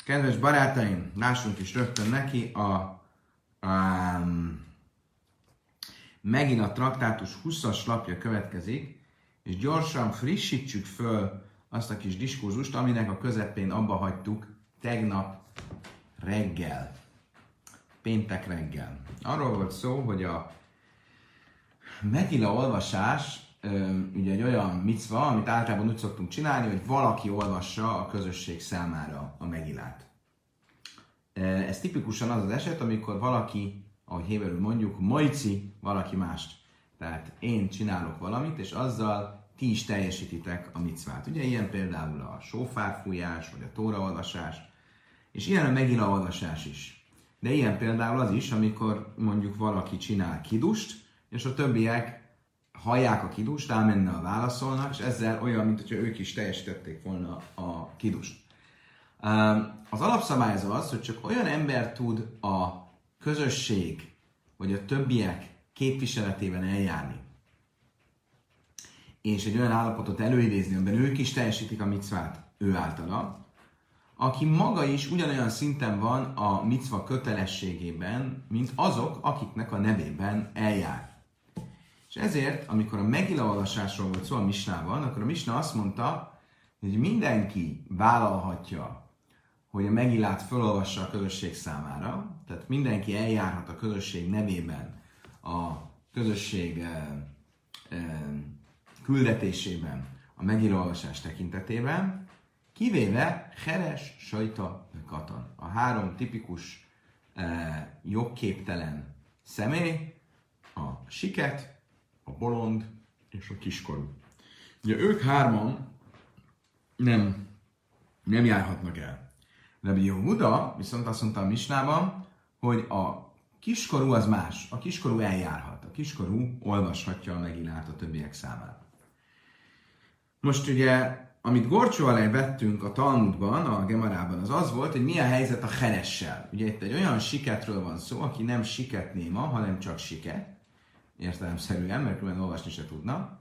Kedves barátaim, lássunk is rögtön neki megint a traktátus 20-as lapja következik, és gyorsan frissítsük föl azt a kis diskurzust, aminek a közepén abba hagytuk tegnap reggel, péntek reggel. Arról volt szó, hogy a Megila olvasás ugye egy olyan micva, amit általában úgy szoktunk csinálni, hogy valaki olvassa a közösség számára a Megilát. Ez tipikusan az az eset, amikor valaki, ahogy héberül mondjuk, majci valaki mást. Tehát én csinálok valamit, és azzal ti is teljesítitek a micvát. Ugye ilyen például a sófárfújás, vagy a tóraolvasás, és ilyen a Megila olvasás is. De ilyen például az is, amikor mondjuk valaki csinál kidust, és a többiek hallják a kidust, elmenne válaszolnak, és ezzel olyan, mint hogyha ők is teljesítették volna a kidust. Az alapszabály az, hogy csak olyan ember tud a közösség, vagy a többiek képviseletében eljárni, és egy olyan állapotot előidézni, amiben ők is teljesítik a micvát ő általa, aki maga is ugyanolyan szinten van a micva kötelességében, mint azok, akiknek a nevében eljár. És ezért, amikor a Megila olvasásról volt szó a Misnában, akkor a Misna azt mondta, hogy mindenki vállalhatja, hogy a Megilát felolvassa a közösség számára, tehát mindenki eljárhat a közösség nevében, a közösség küldetésében, a Megila olvasás tekintetében, kivéve Heres, Sajta, Katan. A három tipikus jogképtelen személy, a siket, a bolond és a kiskorú. Ugye ők hárman nem járhatnak el. Rabbi Yehuda viszont azt mondta a Misnában, hogy a kiskorú az más. A kiskorú eljárhat. A kiskorú olvashatja a Megilát a többiek számára. Most ugye, amit gorcsó alá vettünk a Talmudban, a Gemarában, az volt, hogy mi a helyzet a Heressel. Ugye itt egy olyan siketről van szó, aki nem siketnéma, hanem csak siket. Értelemszerűen, mert különben olvasni se tudna.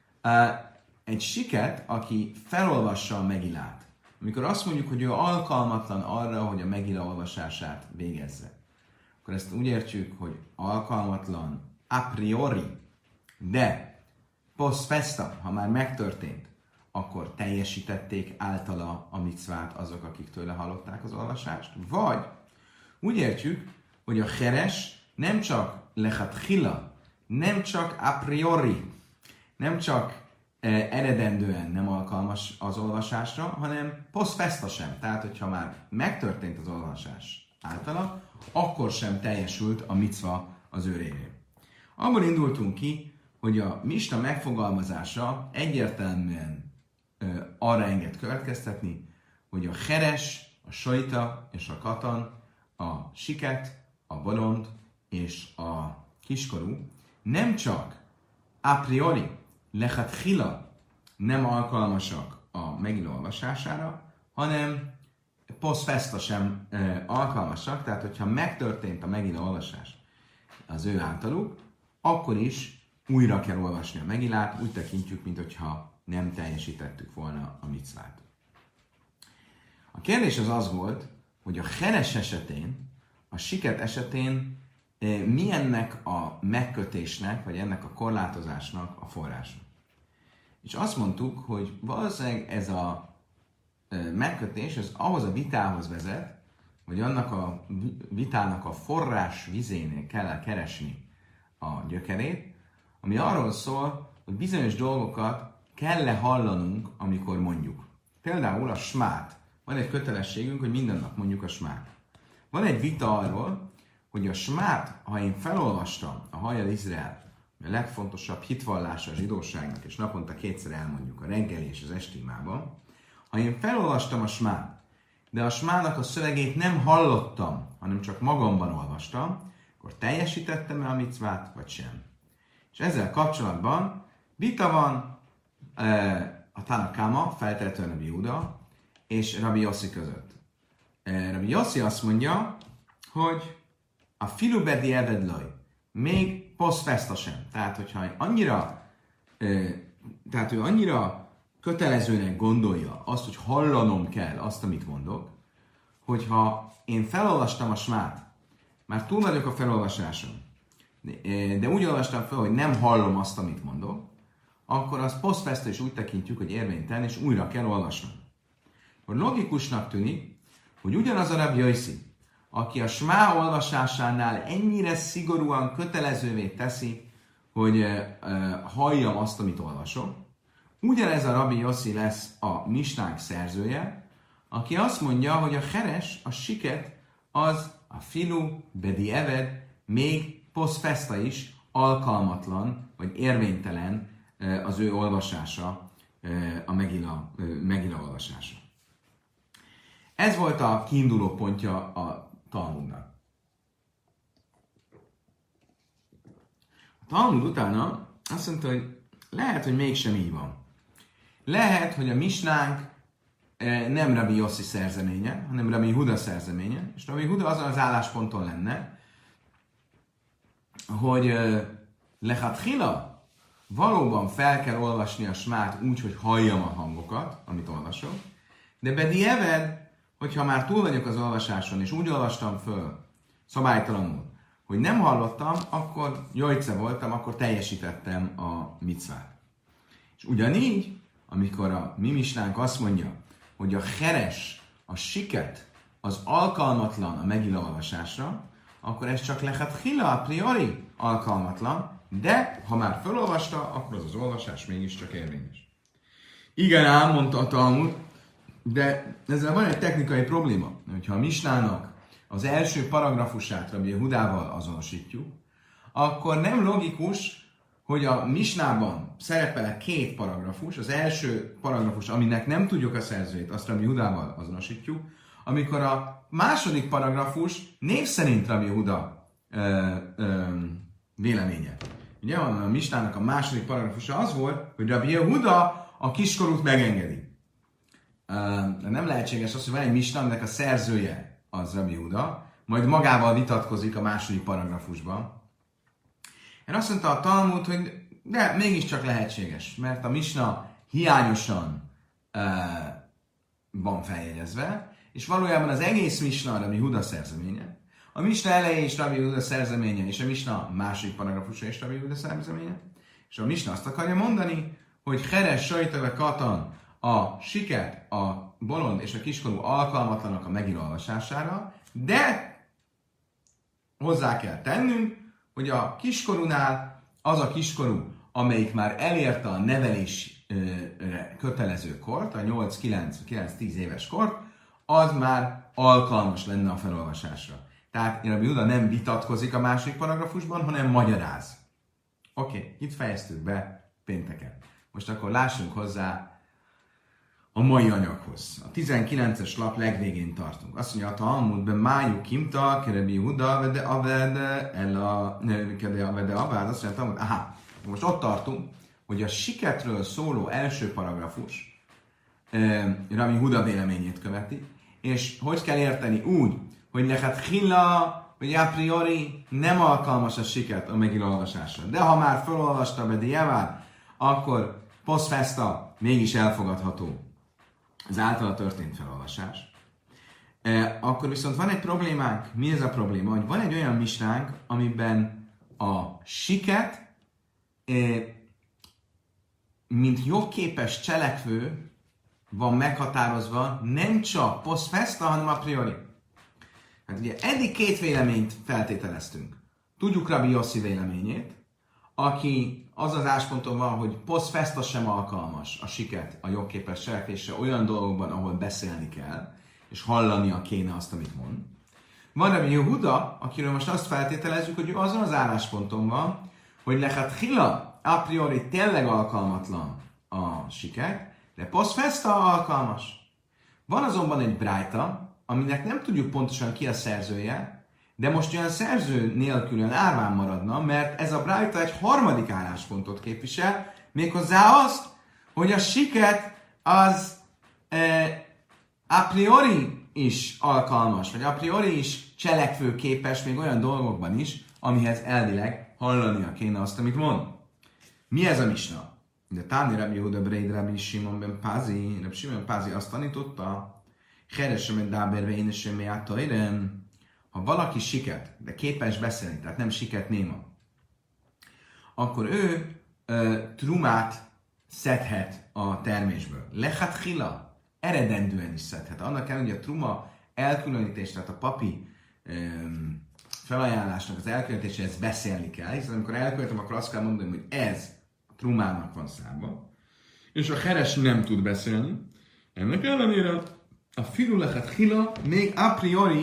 Egy siket, aki felolvassa a Megilát. Amikor azt mondjuk, hogy ő alkalmatlan arra, hogy a Megila olvasását végezze, akkor ezt úgy értjük, hogy alkalmatlan a priori, de post festa, ha már megtörtént, akkor teljesítették általa a micvát azok, akik tőle hallották az olvasást, vagy úgy értjük, hogy a Heres nem csak lechatchila, nem csak a priori, nem csak eredendően nem alkalmas az olvasásra, hanem post festa sem. Tehát, hogyha már megtörtént az olvasás általa, akkor sem teljesült a micva az ő révén. Abból indultunk ki, hogy a Misna megfogalmazása egyértelműen arra enged következtetni, hogy a Heres, a Sajta és a Katan, a siket, a bolond és a kiskorú nem csak a priori, lechatchila nem alkalmasak a Megila olvasására, hanem post festa sem alkalmasak, tehát hogyha megtörtént a Megila olvasás az ő általuk, akkor is újra kell olvasni a Megilát, úgy tekintjük, mintha nem teljesítettük volna a micvát. A kérdés az volt, hogy a Heres esetén, a siket esetén mi ennek a megkötésnek, vagy ennek a korlátozásnak a forrása. És azt mondtuk, hogy valószínűleg ez a megkötés az ahhoz a vitához vezet, hogy annak a vitának a forrás vizénél kell keresni a gyökerét, ami arról szól, hogy bizonyos dolgokat kell-e hallanunk, amikor mondjuk. Például a smát. Van egy kötelességünk, hogy minden nap mondjuk a smát. Van egy vita arról, hogy a smát, ha én felolvastam a Hajjal Izrael, a legfontosabb hitvallása a zsidóságnak, és naponta kétszer elmondjuk a reggeli és az esti imában, ha én felolvastam a smát, de a smának a szövegét nem hallottam, hanem csak magamban olvastam, akkor teljesítettem-e a micvát, vagy sem. És ezzel kapcsolatban vita van a Tanakama, feltehetően Rabbi Yehuda, és Rabbi Yossi között. Rabbi Yossi azt mondja, hogy a filubedi evedlaj, még post festa sem. Tehát, hogyha ő annyira kötelezőnek gondolja azt, hogy hallanom kell azt, amit mondok, hogyha én felolvastam a smát, már túl vagyok a felolvasáson, de úgy olvastam fel, hogy nem hallom azt, amit mondok, akkor az post festo is úgy tekintjük, hogy érvénytelen, és újra kell olvasnom. Akkor logikusnak tűnik, hogy ugyanaz a Rabbi Yossi, aki a smá olvasásánál ennyire szigorúan kötelezővé teszi, hogy halljam azt, amit olvasok, ugyanez a Rabbi Yossi lesz a misnánk szerzője, aki azt mondja, hogy a heres, a siket, az a filu, bedi eved, még post festa is alkalmatlan, vagy érvénytelen az ő olvasása, a Megila olvasása. Ez volt a kiinduló pontja a Talmudnak. A Talmud utána azt mondta, hogy lehet, hogy mégsem így van. Lehet, hogy a misnánk nem Rabbi Yossi szerzeménye, hanem Rabbi Huda szerzeménye, és Rabbi Huda azon az állásponton lenne, hogy lechatchila valóban fel kell olvasni a smát úgy, hogy halljam a hangokat, amit olvasok, de bedi eved, hogyha már túl vagyok az olvasáson, és úgy olvastam föl szabálytalanul, hogy nem hallottam, akkor jojce voltam, akkor teljesítettem a micvát. És ugyanígy, amikor a mi misnánk azt mondja, hogy a heres, a siket, az alkalmatlan a Megila olvasásra, akkor ez csak lechatchila a priori alkalmatlan, de ha már felolvasta, akkor az olvasás mégiscsak érvényes. Igen ám, mondta a Talmud, de ezzel van egy technikai probléma. Hogyha a misnának az első paragrafusát Rabbi Hudával azonosítjuk, akkor nem logikus, hogy a misnában szerepel két paragrafus, az első paragrafus, aminek nem tudjuk a szerzőjét, azt Rabbi Hudával azonosítjuk, amikor a második paragrafus név szerint Rabbi Huda véleménye. Ugye a misnának a második paragrafusa az volt, hogy Rabbi Huda a kiskorút megengedi. Nem lehetséges az, hogy van egy misna, aminek a szerzője az Rabbi Huda, majd magával vitatkozik a második paragrafusban. Én azt mondta a Talmud, hogy de mégiscsak lehetséges, mert a misna hiányosan van feljegyezve, és valójában az egész misna Rabbi Huda szerzeménye. A misna eleje is Rabbi Huda szerzeménye, és a misna második paragrafusa is Rabbi Huda szerzeménye. És a misna azt akarja mondani, hogy heres sajtele katan, a siket, a bolond és a kiskorú alkalmatlanak a megolvasására, de hozzá kell tennünk, hogy a kiskorúnál az a kiskorú, amelyik már elérte a nevelés kötelező kort, a 8-9-10 éves kort, az már alkalmas lenne a felolvasásra. Tehát Rabbi Huda nem vitatkozik a második paragrafusban, hanem magyaráz. Oké, itt fejeztük be pénteken. Most akkor lássunk hozzá a mai anyaghoz. A 19-es lap legvégén tartunk. Azt mondja, a Talmudben májú kimta, Rabbi Huda, vede aved, azt mondja, Talmud, most ott tartunk, hogy a siketről szóló első paragrafus Rabbi Huda véleményét követi, és hogy kell érteni úgy, hogy lechatchila, hogy a priori nem alkalmas a siket a Megila olvasásra. De ha már felolvasta bedi javár, akkor post festa mégis elfogadható az általa történt felolvasás. Akkor viszont van egy problémánk. Mi ez a probléma? Hogy van egy olyan misnánk, amiben a siket, mint jogképes cselekvő van meghatározva, nem csak post festa, hanem a priori. Hát ugye eddig két véleményt feltételeztünk. Tudjuk Rabbi Yossi véleményét, aki az az állásponton van, hogy post festa sem alkalmas a siket, a jogképes cselekvésre olyan dolgokban, ahol beszélni kell, és hallania kéne azt, amit mond. Van Rabbi Huda, akiről most azt feltételezzük, hogy ő azon az állásponton van, hogy lechatchila a priori tényleg alkalmatlan a siket, de post festa alkalmas. Van azonban egy brájta, aminek nem tudjuk pontosan ki a szerzője, de most olyan szerző nélkülen árván maradna, mert ez a brájta egy harmadik álláspontot képvisel, méghozzá azt, hogy a siket az a priori is alkalmas, vagy a priori is cselekvőképes még olyan dolgokban is, amihez elvileg hallania kéne azt, amit mond. Mi ez a misna? De Táni Rabbi Huda Breid Rabbi Simon ben Pázi, Rabbi Simon ben Pázi azt tanította, Heresem dáberve én is ha valaki siket, de képes beszélni, tehát nem siket néma, akkor ő trumát szedhet a termésből. Lechat hila, eredendően is szedhet. Annak ellenére, hogy a truma elkülönítés, tehát a papi felajánlásnak az elkülönítéséhez beszélni kell, hiszen amikor elkülönítem, akkor azt kell mondani, hogy ez a trumának van számba, és a heres nem tud beszélni. Ennek ellenére a filu lechat hila még a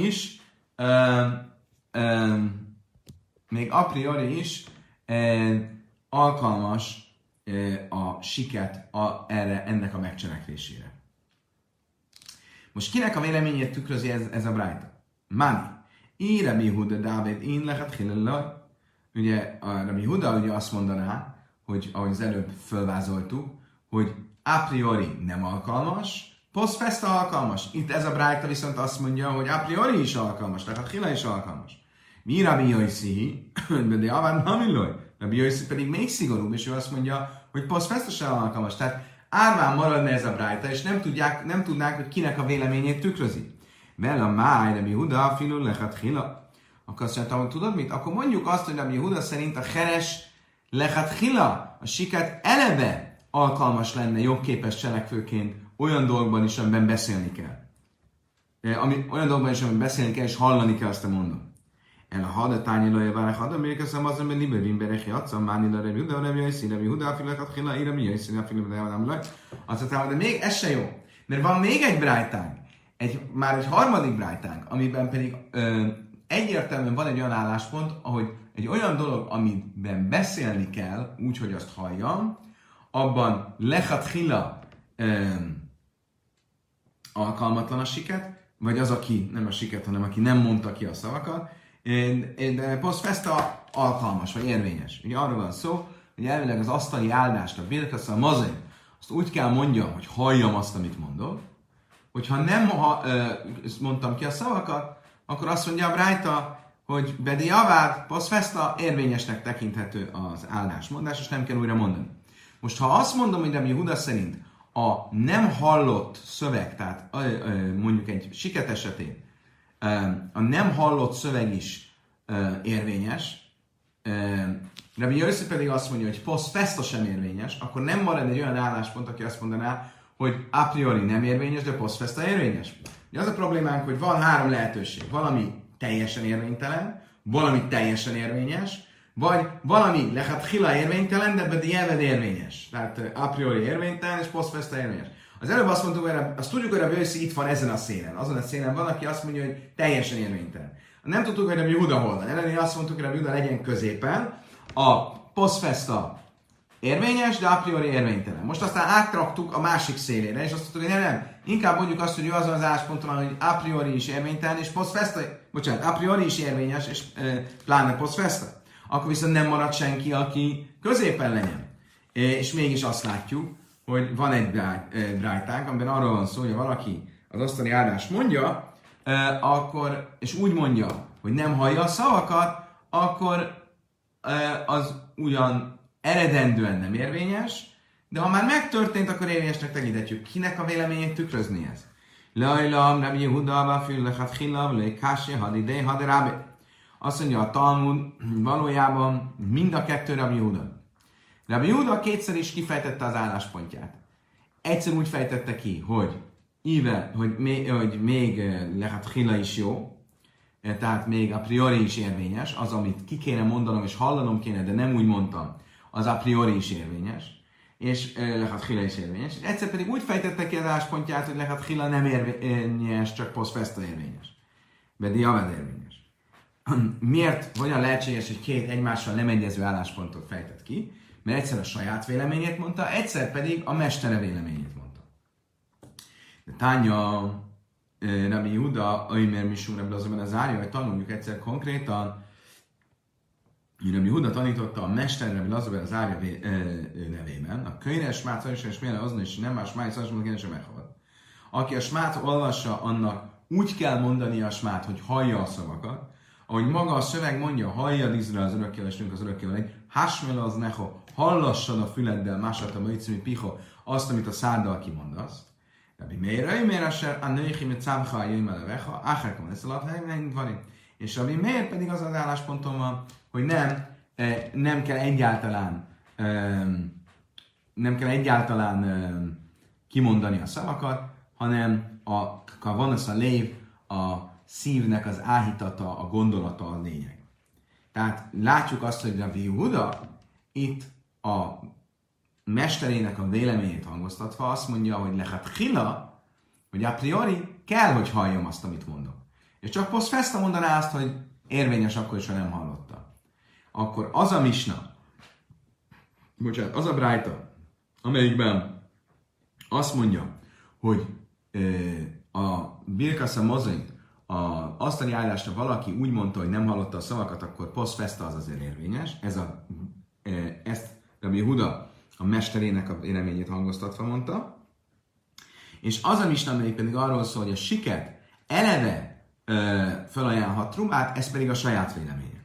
priori is alkalmas a siket ennek a megcselekvésére. Most kinek a véleményét tükrözi ez a brájta? Mani. Rabbi Huda Dávid, én lechat hillellaj. Ugye a Rabbi Huda ugye azt mondaná, hogy ahogy az előbb fölvázoltuk, hogy a priori nem alkalmas, post festa alkalmas. Itt ez a brájta viszont azt mondja, hogy a priori is alkalmas, lechat hilla is alkalmas. Mi Rabbi Yosi, de Avad Namiloj. Rabbi Yosi pedig még szigorúbb, és ő azt mondja, hogy post festa sem alkalmas. Tehát árván maradna ez a brájta, és nem tudnák, hogy kinek a véleményét tükrözi. Vel a máj, Rabbi Huda, filu lechat hila. Akkor azt mondtam, hogy tudod mit? Akkor mondjuk azt, hogy Rabbi Huda szerint a heres lechat hila, a siket eleve alkalmas lenne jogképes cselekvőként olyan dolgokban is, amiben beszélni kell. Olyan dolgokban is, amiben beszélni kell, és hallani kell, azt mondom. El a hadatányi lajavár, hadamérkezem az, amiben liberin bereki adszam, máni la Rabbi Huda, Rabbi Yosi, Rabbi Huda, filu lechat hila, Rabbi Yosi, Rabbi Huda, azt mondtam, de még ez se jó. Mert van még egy brájtánk, már egy harmadik brájtánk, amiben pedig egyértelműen van egy olyan álláspont, ahogy egy olyan dolog, amiben beszélni kell, úgy, hogy azt halljam, abban lechat hila alkalmatlan a siket, vagy az, aki nem a siket, hanem aki nem mondta ki a szavakat, de post festa alkalmas, vagy érvényes. Ugye arról van szó, hogy elvileg az asztali áldást, a birkasz, a mazé, azt úgy kell mondjam, hogy halljam azt, amit mondok, hogyha nem mondtam ki a szavakat, akkor azt mondja a brájta, hogy bedi javád, post festa érvényesnek tekinthető az áldásmondás, és nem kell újra mondani. Most ha azt mondom, hogy Rabbi Huda szerint a nem hallott szöveg, tehát mondjuk egy siket esetén a nem hallott szöveg is érvényes, Rabbi Yosi pedig azt mondja, hogy post festa sem érvényes, akkor nem marad egy olyan álláspont, aki azt mondaná, hogy a priori nem érvényes, de post festa érvényes. Ugye az a problémánk, hogy van három lehetőség. Valami teljesen érvénytelen, valami teljesen érvényes, vagy valami lechat hila érvénytelen, de bedi jelved érvényes. Tehát a priori érvénytelen, és post festa érvényes. Az előbb azt mondtuk, hogy azt tudjuk, hogy Rabbi Yosi itt van ezen a szélen. Azon a szélen van, aki azt mondja, hogy teljesen érvénytelen. Nem tudtuk, hogy Rabbi Huda hol van. Ellenére azt mondtuk, hogy Rabbi Huda legyen középen. A post festa érvényes, de a priori érvénytelen. Most aztán áttraktuk a másik szélére, és azt mondtuk, hogy nem. Inkább mondjuk azt, hogy ő azon az állásponton, hogy a priori is érvénytelen, és post festa, a priori is érvényes, és pláne post festa. Akkor viszont nem marad senki, aki középen legyen. És mégis azt látjuk, hogy van egy brájtánk, amiben arról van szó, hogy valaki az asztali áldást mondja, és úgy mondja, hogy nem hallja a szavakat, akkor az ugyan eredendően nem érvényes, de ha már megtörtént, akkor érvényesnek tekinthetjük. Kinek a véleményét tükrözni ez? Lajlam, Rabbi Yehuda, Vafil, Lechat Hila, Lekásé, Hadidé, Haderábi. Azt mondja a Talmud, valójában mind a kettő Rabbi Yehuda. Rabbi Yehuda kétszer is kifejtette az álláspontját. Egyszer úgy fejtette ki, hogy még Lechat Hila is jó, tehát még a priori is érvényes, az, amit ki kéne mondanom és hallanom kéne, de nem úgy mondtam, az a priori is érvényes, és Lechat Hila is érvényes. És egyszer pedig úgy fejtette ki az álláspontját, hogy Lechat Hila nem érvényes, csak post festa érvényes. Bedi Javad érvényes. Miért, hogyan lehetséges, hogy két egymással nem egyező álláspontot fejtett ki? Mert egyszer a saját véleményét mondta, egyszer pedig a mestere véleményét mondta. De Tánya, Rabbi Yehuda, Aimer Misum Rabbi Lazarben az árja, hogy tanuljuk egyszer konkrétan, Rabbi Yehuda tanította a mester Rabbi Lazarben az árja nevében, a könyre smát és milyen azon is nem más smát, szóval sem meghallgat. Aki a smát olvassa, annak úgy kell mondani a smát, hogy hallja a szavakat, ahogy maga a szöveg mondja, halljad Izrael az örökkével, és az örökkével egy, hasmel az neho, hallassad a füleddel, másatta a möjcimi piho, azt, amit a száddal kimondasz. Rabbi Meir, miért aser a női mit számha a jöjjön a leveha, áherkom lesz a lathelyben van. És Rabbi Meir pedig az az állásponton van, hogy nem kell egyáltalán kimondani a szavakat, hanem van az a lév, a szívnek az áhítata, a gondolata a lényeg. Tehát látjuk azt, hogy Rabbi Yehuda itt a mesterének a véleményét hangoztatva azt mondja, hogy lehet hila, hogy a priori kell, hogy halljam azt, amit mondok. És csak post festa mondaná azt, hogy érvényes akkor is, ha nem hallotta. Akkor az a misna, az a brájta, amelyikben azt mondja, hogy a Birkassa mozaik, azt a állásra valaki úgy mondta, hogy nem hallotta a szavakat, akkor post festa az azért érvényes. Ezt Rabbi Yehuda a mesterének a véleményét hangoztatva mondta. És az a misna, amelyik pedig arról szól, hogy a siket eleve felajánlhat trumát, ez pedig a saját véleménye.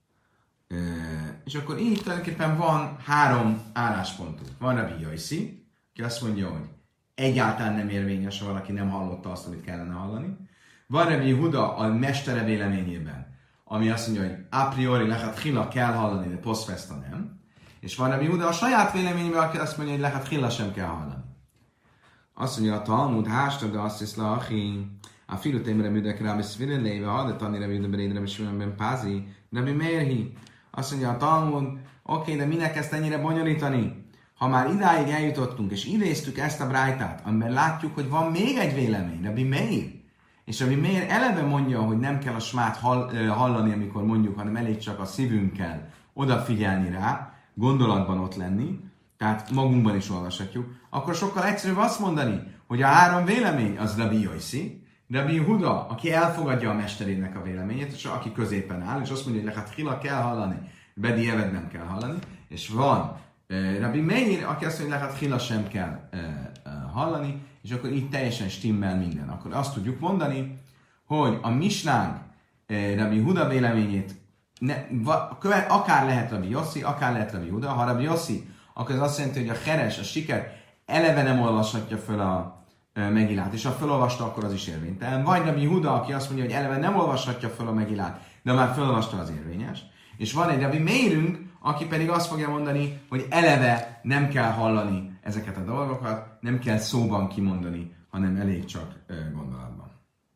És akkor így tulajdonképpen van 3 álláspontunk. Van Rabbi Yossi, aki azt mondja, hogy egyáltalán nem érvényes, ha valaki nem hallotta azt, amit kellene hallani. Van Rabbi Yehuda a mestere véleményében, ami azt mondja, hogy a priori lehet hila kell hallani, de post festa nem. És van Rabbi Yehuda a saját véleményében, aki azt mondja, hogy lehet hila sem kell hallani. Azt mondja a Talmud, hásta, de azt hisz lachi, a filutémre műdek rá, és szvilen léve, ha tanni Rabbi Yehuda berédre, és Svilenben pázi, Rabbi Meirhi. Azt mondja a Talmud, oké, de minek ezt ennyire bonyolítani? Ha már idáig eljutottunk, és idéztük ezt a brájtát, amiben látjuk, hogy van még egy vélemény, Rabbi Meir, és Rabbi Meir eleve mondja, hogy nem kell a smát hallani, amikor mondjuk, hanem elég csak a szívünkkel odafigyelni rá, gondolatban ott lenni, tehát magunkban is olvashatjuk, akkor sokkal egyszerűbb azt mondani, hogy a 3 vélemény az Rabbi Yossi, Rabbi Yehuda, aki elfogadja a mesterének a véleményét, és aki középen áll, és azt mondja, hogy lehet hila kell hallani, bedi eved nem kell hallani, és van Rabbi Meir, aki azt mondja, hogy lehet hila sem kell hallani, és akkor így teljesen stimmel minden. Akkor azt tudjuk mondani, hogy a misnánk Rabbi Yehuda véleményét akár lehet Rabbi Yossi, akár lehet Rabbi Yehuda. Ha Rabbi Yossi, akkor ez azt jelenti, hogy a heres, a siker eleve nem olvashatja föl a Megilát, és ha felolvasta, akkor az is érvénytelen. Vagy Rabbi Yehuda, aki azt mondja, hogy eleve nem olvashatja föl a Megilát, de már felolvasta, az érvényes. És van egy Rabbi Meirünk, aki pedig azt fogja mondani, hogy eleve nem kell hallani ezeket a dolgokat, nem kell szóban kimondani, hanem elég csak gondolatban.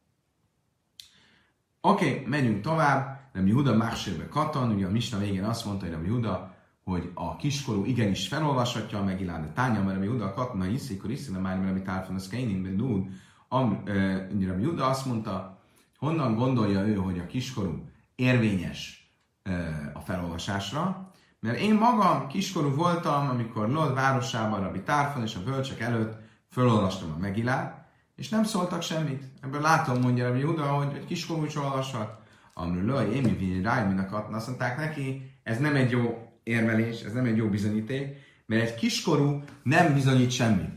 Oké, megyünk tovább. Rabbi Yehuda másérbe katan, ugye a misna végén azt mondta, hogy Rabbi Yehuda, hogy a kiskorú igenis felolvashatja a Megilát, de tánya, mert Rabbi Yehuda a katona hiszi, akkor hiszi, de már Rabbi Tárfon, az Keinin, Bedúd. Rabbi Yehuda azt mondta, honnan gondolja ő, hogy a kiskorú érvényes a felolvasásra, mert én magam kiskorú voltam, amikor Lod városában Rabbi Tárfon és a bölcsek előtt felolvastam a Megilát, és nem szóltak semmit. Ebből látom, mondja Rabbi Yehuda, hogy kiskorú is olvashat. Amrulaj, én mi vinni rájminak adna, azt mondták neki, ez nem egy jó érvelés, ez nem egy jó bizonyíték, mert egy kiskorú nem bizonyít semmit.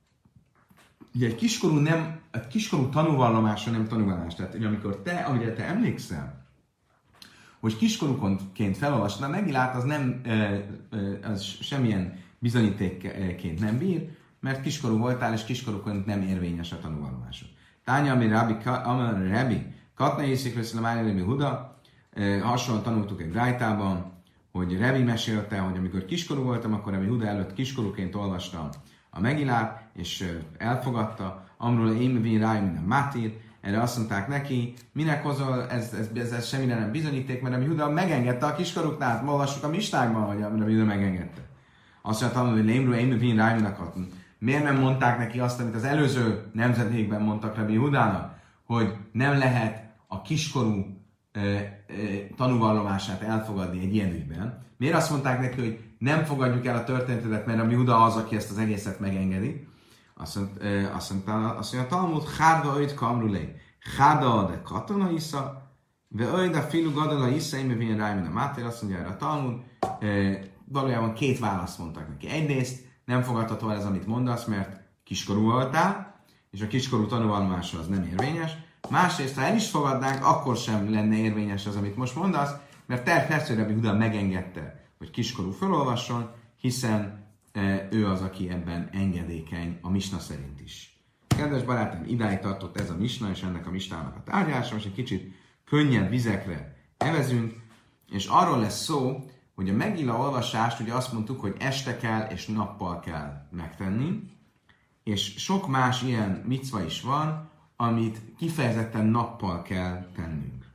Ugye egy kiskorú tanúvallomása nem tanúvallomás. Tehát amire te emlékszel, hogy kiskorúként felolvasod a Megilát, az nem, az semmilyen bizonyítékként nem bír, mert kiskorú voltál, és kiskorúként nem érvényes a tanúvallomásod. Tánya, ami Rabbi Katna Jézik Veszélem Rabbi Huda, hasonlóan tanultuk egy brájtában, hogy Revi mesélte, hogy amikor kiskorú voltam, akkor Rabbi Huda előtt kiskorúként olvastam a Megilát, és elfogadta, amról én vén ráj minden mátír, erre azt mondták neki, minek hozol, ez semmire nem bizonyíték, mert Rabbi Huda megengedte a kiskorúknál, olvassuk a mistákban, hogy Rabbi Huda megengedte. Azt mondta, hogy lémről én vén ráj minden. Miért nem mondták neki azt, amit az előző nemzedékben mondtak Rabbi Hudának, hogy nem lehet a kiskorú tanúvallomását elfogadni egy ilyen ügyben. Miért azt mondták neki, hogy nem fogadjuk el a történetet, mert Rabbi Huda az, aki ezt az egészet megengedi? Azt mondta a Talmud, Háda öjt kamrulé, Háda de katona isza, ve öjt a filu gadala isza, én vén rá, mint a mátér, azt mondja erre a Talmud. Valójában 2 választ mondtak neki. Egyrészt nem fogadható ez, amit mondasz, mert kiskorú voltál, és a kiskorú tanúvallomása az nem érvényes. Másrészt, ha el is fogadnánk, akkor sem lenne érvényes az, amit most mondasz, mert természetesen Rabbi Huda megengedte, hogy kiskorú felolvasson, hiszen ő az, aki ebben engedékeny a misna szerint is. Kedves barátom, idáig tartott ez a misna, és ennek a misnának a tárgyalása. Most egy kicsit könnyebb vizekre evezünk, és arról lesz szó, hogy a Megilla olvasást ugye azt mondtuk, hogy este kell és nappal kell megtenni, és sok más ilyen micva is van, amit kifejezetten nappal kell tennünk.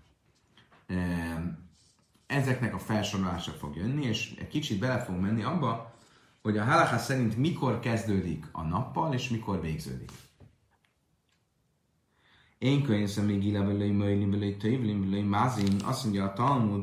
Ezeknek a felsorolása fog jönni, és egy kicsit bele fogunk menni abba, hogy a halacha szerint mikor kezdődik a nappal, és mikor végződik. Én könyvszem még illevelői, möjlivelői, tőjvlivelői, mázin, azt mondja a Talmud,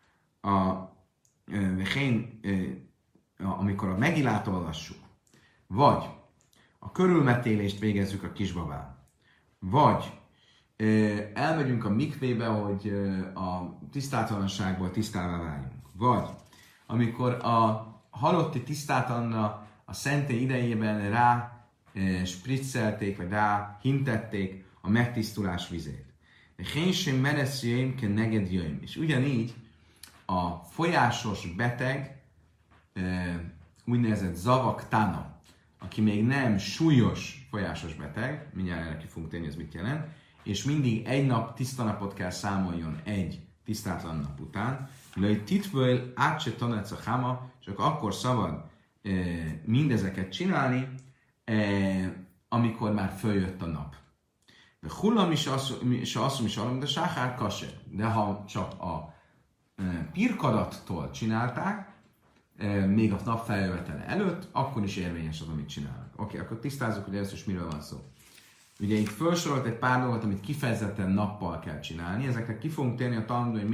amikor a Megillát olvassuk, vagy a körülmetélést végezzük a kisbabán, vagy elmegyünk a mikvébe, hogy a tisztátalanságból tisztává váljunk, vagy amikor a halotti tisztátalanra a szentély idejében rá spriccelték, vagy rá hintették a megtisztulás vizét. Hénsém mereszjöjjön, ke neged jöjjön. És ugyanígy a folyásos beteg, úgynevezett zavaktana, aki még nem súlyos folyásos beteg, mindjárt erre ki fogunk térni, ez mit jelent, és mindig egy nap tiszta napot kell számoljon egy tisztátlan nap után, löj titvöl átse tanec a háma, csak akkor szabad mindezeket csinálni, amikor már följött a nap. De hullam is asszom is alom, de sáhár kase. De ha csak a pirkadattól csinálták, még a nap feljövetele előtt, akkor is érvényes az, amit csinálnak. Oké, akkor tisztázzuk, hogy először is miről van szó. Ugye itt felsorolt egy pár dolgot, amit kifejezetten nappal kell csinálni. Ezekre ki fogunk térni a tanulni, hogy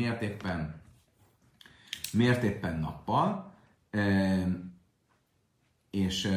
miért éppen nappal, és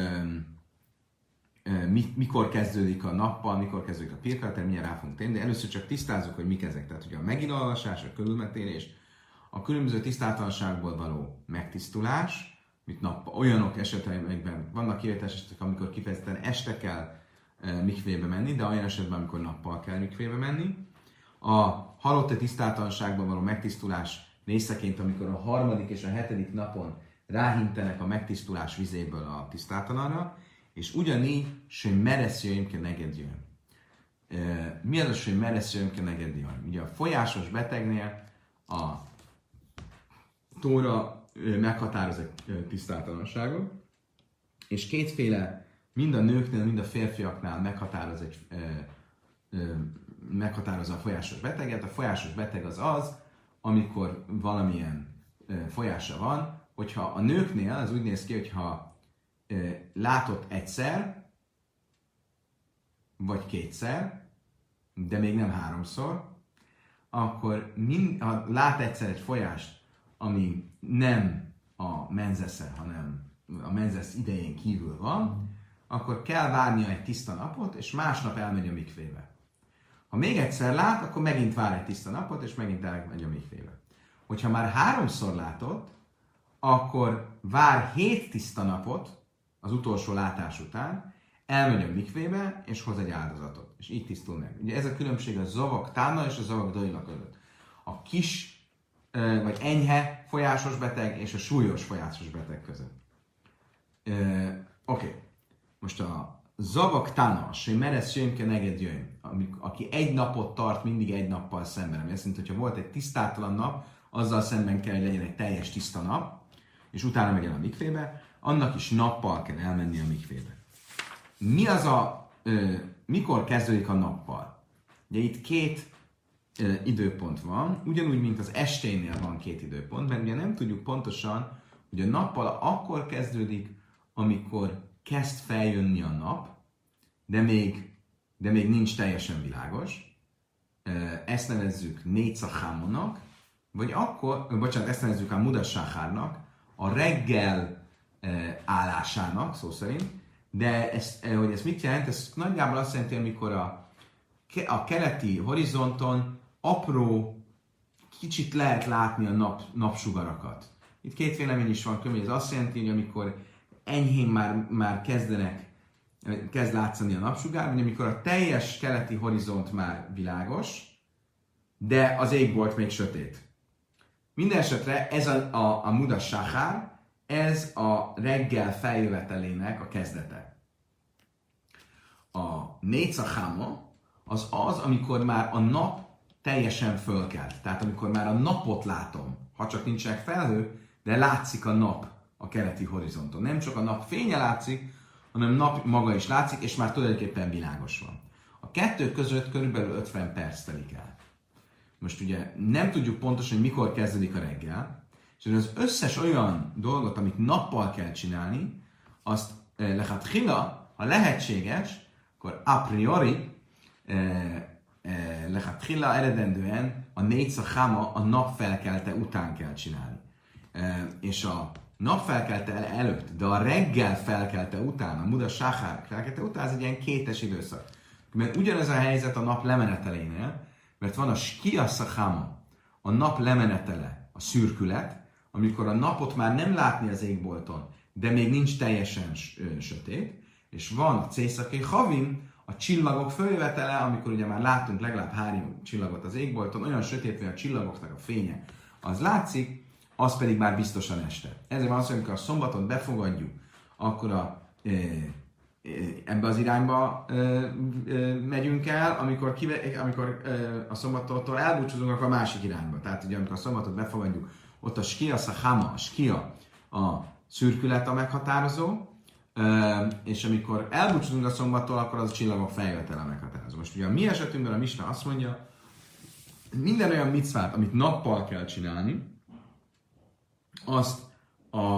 mikor kezdődik a nappal, mikor kezdődik a pirkadat, erre mindjárt rá fogunk térni, de először csak tisztázzuk, hogy mik ezek. Tehát ugye a megillalvasás, a körülmetélés, a különböző tisztátalanságból való megtisztulás, mint olyanok esetben vannak kivételes esetek, amikor kifejezetten este kell mikvébe menni, de olyan esetben, amikor nappal kell mikvébe menni. A halotti tisztátalanságban való megtisztulás részeként, amikor a 3. és a 7. napon ráhintenek a megtisztulás vizéből a tisztátalanra, és ugyanígy, hogy mereszjöjjön, ke negedjön. Mi az, hogy mereszjöjjön, ke negedjön? Ugye a folyásos betegnél a Tóra meghatároz egy tisztátalanságot, és kétféle, mind a nőknél, mind a férfiaknál meghatározza a folyásos beteget. A folyásos beteg az, amikor valamilyen folyása van, hogyha a nőknél az úgy néz ki, hogyha látott egyszer, vagy kétszer, de még nem 3-szor, akkor ha lát egyszer egy folyást, ami nem a menzesze, hanem a menzesz idején kívül van, akkor kell várnia egy tiszta napot, és másnap elmegy a mikvébe. Ha még egyszer lát, akkor megint vár egy tiszta napot, és megint elmegy a mikvébe. Hogyha már 3-szor látott, akkor vár 7 tiszta napot az utolsó látás után, elmegy a mikvébe, és hoz egy áldozatot. És így tisztul meg. Ugye ez a különbség a zavak tána és a zavak dajla között. A kis vagy enyhe folyásos beteg és a súlyos folyásos beteg között. Oké. Most a zavak tána, se meresz jönke neged jön, aki egy napot tart mindig egy nappal szemben. Ami azt jelenti, hogyha volt egy tisztátalan nap, azzal szemben kell, hogy legyen egy teljes tiszta nap, és utána megy el a mikvébe, annak is nappal kell elmenni a mikvébe. Mi az mikor kezdődik a nappal? Ugye itt 2 időpont van, ugyanúgy, mint az esténél van 2 időpont, mert ugye nem tudjuk pontosan, hogy a nappal akkor kezdődik, amikor kezd feljönni a nap, de még nincs teljesen világos. Ezt nevezzük Nécahámonak, vagy akkor, ezt nevezzük a Mudassahárnak, a reggel állásának, szó szerint, de hogy ez mit jelent? Ez nagyjából azt jelenti, amikor a keleti horizonton apró, kicsit lehet látni a napsugarakat. Itt 2 vélemény is van, ez azt jelenti, hogy amikor enyhén már kezd látszani a napsugár, vagy amikor a teljes keleti horizont már világos, de az égbolt még sötét. Mindenesetre ez a Mudassahár, ez a reggel feljövetelének a kezdete. a nécachama az, amikor már a nap teljesen fölkelt. Tehát amikor már a napot látom, ha csak nincsenek felhő, de látszik a nap a keleti horizonton. Nem csak a nap fénye látszik, hanem nap maga is látszik, és már tulajdonképpen világos van. A kettő között körülbelül 50 perc telik el. Most ugye nem tudjuk pontosan, hogy mikor kezdődik a reggel, és az összes olyan dolgot, amit nappal kell csinálni, azt lechatchila, ha lehetséges, akkor a priori lechatchila eredendően a négyszachama a nap felkelte után kell csinálni. És a nap felkelte előtt, de a reggel felkelte után, a muda sahár felkelte után, ez egy ilyen kétes időszak. Mert ugyanez a helyzet a nap lemenetelénél, mert van a skia szachama, a nap lemenetele, a szürkület, amikor a napot már nem látni az égbolton, de még nincs teljesen sötét, és van a cészaké havim, a csillagok följövetele, amikor ugye már látunk legalább 3 csillagot az égbolton, olyan sötét, hogy a csillagoknak a fénye az látszik, az pedig már biztosan este. Ezért van az, hogy amikor a szombatot befogadjuk, akkor ebbe az irányba megyünk el, amikor a szombattól elbúcsúzunk, akkor a másik irányba. Tehát ugye amikor a szombatot befogadjuk, ott a skia szachama, a skia a szürkület a meghatározó, és amikor elbúcsúzunk a szombattól, akkor az a csillagok feljövetele a meghatározó. Most ugye a mi esetünkben a Misna azt mondja, minden olyan micvát, amit nappal kell csinálni, azt a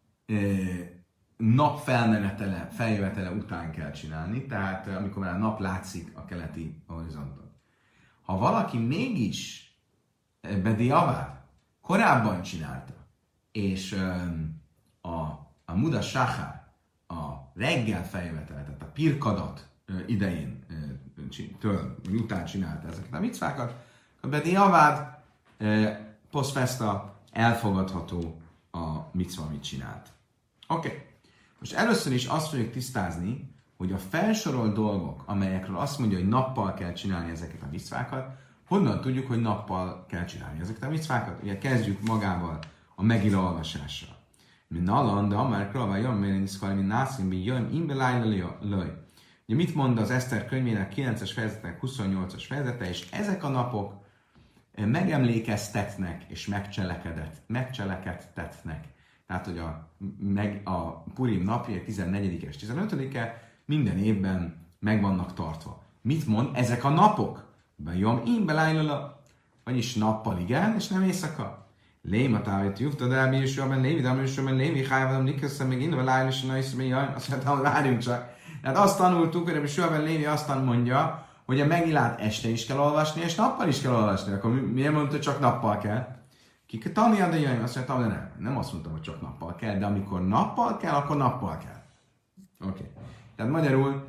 nap feljövetele után kell csinálni, tehát amikor már a nap látszik a keleti horizonton. Ha valaki mégis bediavad korábban csinálta, és a muda sahár, a reggel feljövetele, tehát a pirkadat idején után csinálta ezeket a micvákat, a bediavad post-festa elfogadható a micva, amit csinált. Oké. Most először is azt fogjuk tisztázni, hogy a felsorolt dolgok, amelyekről azt mondja, hogy nappal kell csinálni ezeket a micvákat, honnan tudjuk, hogy nappal kell csinálni ezeket a micvákat? Ugye kezdjük magával a megíró olvasással. Mint Nalan, de amár krava jön, mert én is mint nászim, mi jön, imbelájla löj. Ugye mit mond az Eszter könyvének 9-es fejezetek 28-as fejezete, és ezek a napok megemlékeztetnek és megcselekedtetnek. Tehát, hogy a Purim napja, 14-es, 15-e minden évben meg vannak tartva. Mit mond? Ezek a napok? Bejom, én belájlala. Vagyis nappal igen, és nem éjszaka. Léma tájt jufta, de elmi is jobban Lévi, de elmi is jobban Lévi, hájvadom, nikösszem még innen, belájlala, és na is jaj, azt mondtam, hogy várjunk csak. Tehát azt tanultuk, hogy is jobban Lévi azt mondja, hogy a Megilát este is kell olvasni, és nappal is kell olvasni. Akkor miért mondta, hogy csak nappal kell? Kik tanulja, de jaj, azt mondtam, de nem azt mondtam, hogy csak nappal kell, de amikor nappal kell, akkor nappal kell. Oké. Tehát magyarul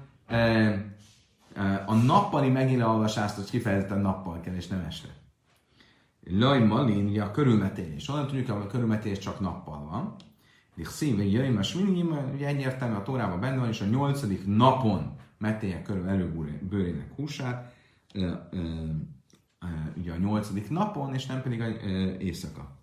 a nappali megilolvasást az kifejezetten nappal kell, és nem este. Laj malin, ugye a körülmetélés. Onnan tudjuk, hogy a körülmetélés csak nappal van. Szíve jöjj, mert minimum, ugye egyértelmű a Tórában benne van, és a 8. napon metélje körül előbőrének húsát, ugye a 8. napon, és nem pedig éjszaka.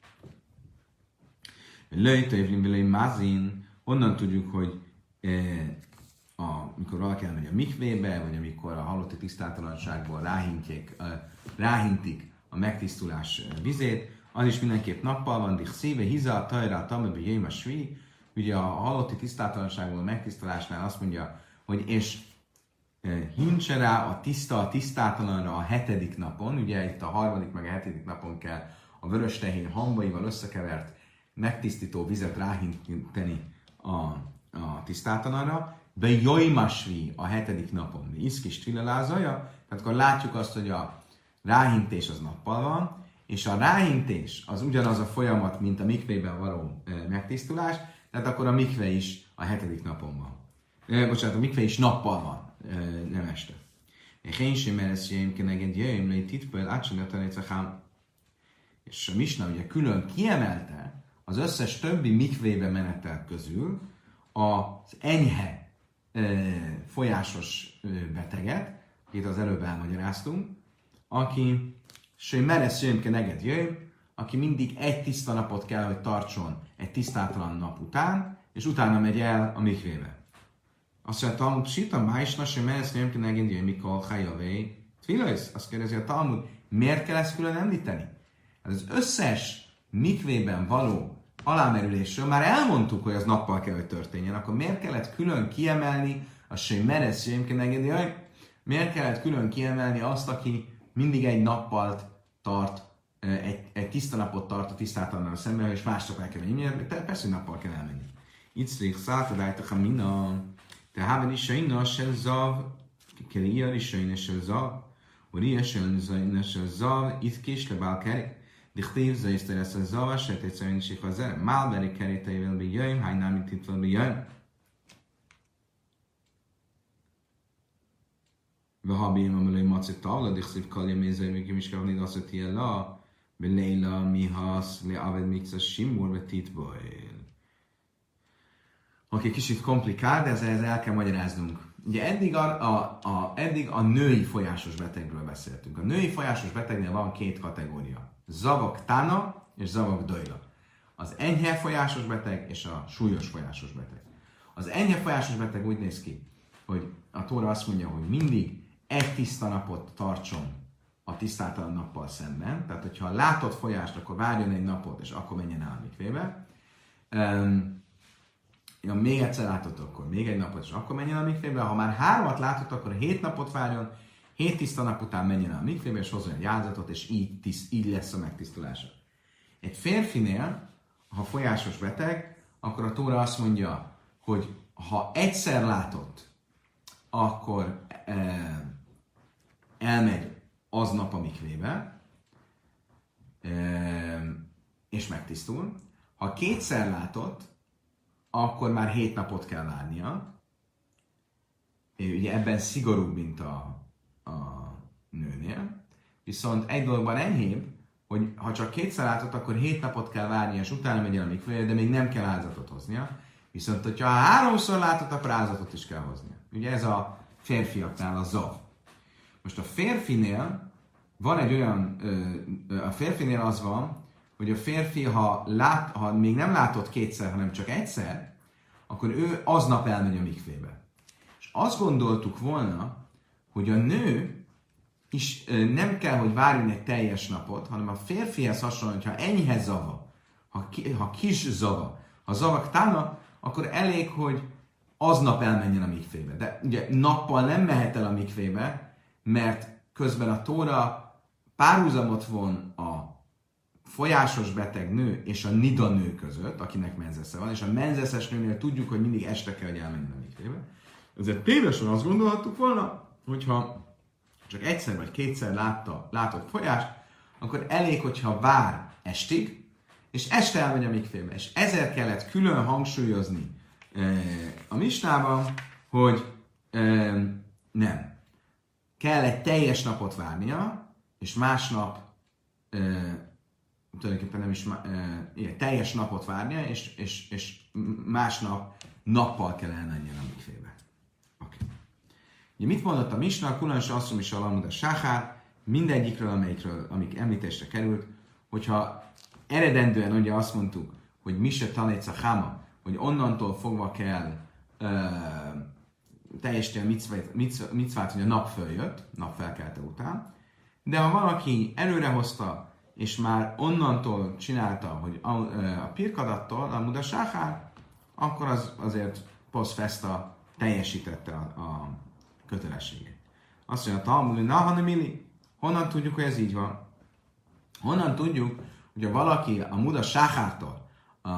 Lőjtőjövlin mázin, onnan tudjuk, hogy amikor valaki elmegy a mikvébe, vagy amikor a halotti tisztátalanságból ráhintik a megtisztulás vizét, az is mindenképp nappal van, de szíve, hiza, tajra, tamebe, jöjjma, svi. Ugye a halotti tisztátalanságból a megtisztulásnál azt mondja, hogy és hintse rá a tisztátalanra a 7. napon, ugye itt a 3. meg a 7. napon kell a vörös tehén hambaival összekevert megtisztító vizet ráhinteni a tisztátalanra, de jöjmasvi a 7. napon, iszkis tvilalázaja, tehát akkor látjuk azt, hogy a ráhintés az nappal van, és a ráhintés az ugyanaz a folyamat, mint a mikvében való megtisztulás, tehát akkor a mikve is a 7. napon van. Bocsánat, a mikve is nappal van, nem este. Én sem meresztjeim keneged jöjjön, lej titpől átcsinálni, és a Misna ugye külön kiemelte az összes többi mikvébe menetel közül az enyhe folyásos beteget, itt az előbb elmagyaráztunk, aki sem meresztjeim keneged jöjjön, aki mindig egy tiszta napot kell, hogy tartson egy tisztátalan nap után, és utána megy el a mikvébe. Azt mondja, a Talmud psita, májsna sem ezt nem kell negendjé, mikor hajavé. Tvilajsz, azt kérdezi a Talmud, miért kell ezt külön említeni? Hát az összes mikvében való alámerülésről már elmondtuk, hogy az nappal kell, hogy történjen, akkor miért kellett külön kiemelni a sem meresz, sem kell negendjé? Miért kellett külön kiemelni azt, aki mindig egy nappal tart, egy tiszta napot tart a tisztátalannal szemben, és másnap el kell menni. Persze, hogy nappal kell elmenni. Itzrik, száltadájtak a minna, te haben is sajna se zav, kell ilyen is sajna se zav, hogy ilyen sajna se zav, itt kis lebál kerik. Dichtív, zajszter ezt a zav, se te sajna se hazer, málberi keréteivel bejöjjön, hány nem itt itt bejöjjön. והבים המלאים מצא טאולה, דכסיב כל ימי זה וכמשכב נידס תהילה, בלילה מיהס לעבד מקצה שימור ותתבועל. Oké, kicsit komplikált, de ezzel el kell magyaráznunk. Ugye eddig a női folyásos betegről beszéltünk. A női folyásos betegnél van két kategória. Zavak tána és zavak dojla. Az enyhe folyásos beteg és a súlyos folyásos beteg. Az enyhe folyásos beteg úgy néz ki, hogy a Tóra azt mondja, hogy mindig egy tiszta napot tartson a tisztátalan nappal szemben. Tehát, hogyha látott folyást, akkor várjon egy napot, és akkor menjen el a mikvébe. Ja, még egyszer látott, akkor még egy napot, és akkor menjen a mikvébe. Ha már 3 látott, akkor 7 napot várjon, 7 tiszta nap után menjen el a mikvébe, és hozzon egy áldozatot, és így lesz a megtisztulása. Egy férfinél, ha folyásos beteg, akkor a Tóra azt mondja, hogy ha egyszer látott, akkor elmegy aznap a mikvébe, és megtisztul. Ha 2-szer látott, akkor már 7 napot kell várnia. Ugye ebben szigorúbb, mint a nőnél. Viszont egy dologban enyhébb, hogy ha csak 2-szer látott, akkor 7 napot kell várnia, és utána megy el a mikvébe, de még nem kell áldozatot hoznia. Viszont, hogyha 3-szor látott, akkor áldozatot is kell hoznia. Ugye ez a férfiaknál a zav. Most a férfinél van egy olyan, a férfinél az van, hogy a férfi, ha még nem látott 2-szer, hanem csak egyszer, akkor ő aznap elmegy a mikvébe. És azt gondoltuk volna, hogy a nő is nem kell, hogy várjon egy teljes napot, hanem a férfihez hasonlóan, hogyha enyhe zava, ha kis zava, ha zavak tána, akkor elég, hogy aznap elmenjen a mikvébe. De ugye nappal nem mehet el a mikvébe, mert közben a Tóra párhuzamot von a folyásos beteg nő és a nida nő között, akinek menzesze van, és a menzeszes nőnél tudjuk, hogy mindig este kell, hogy elmenjen a mikvébe. Ezért tévesen azt gondolhattuk volna, hogyha csak egyszer vagy 2-szer látott folyást, akkor elég, hogyha vár estig, és este elmegy a mikvébe. És ezért kellett külön hangsúlyozni a misnában, hogy nem. Kell egy teljes napot várnia, és másnap tulajdonképpen nem is teljes napot várnia, és másnap nappal kell elmenjen a mikvébe. Okay. Ugye mit mondott a misna? Kulans asszom is a lamud a sáhár, mindegyikről, amik említésre került, hogyha eredendően ugye azt mondtuk, hogy mise tanéca háma, hogy onnantól fogva kell teljesíteni a micvát, hogy a nap följött, nap felkelte után, de ha valaki előrehozta, és már onnantól csinálta, hogy a pirkadattól, a muda sáhár, akkor az azért post festa teljesítette a kötelességét. Azt mondja, Talmud, hogy nahanemili, honnan tudjuk, hogy ez így van? Honnan tudjuk, hogy ha valaki a muda sáhártól, a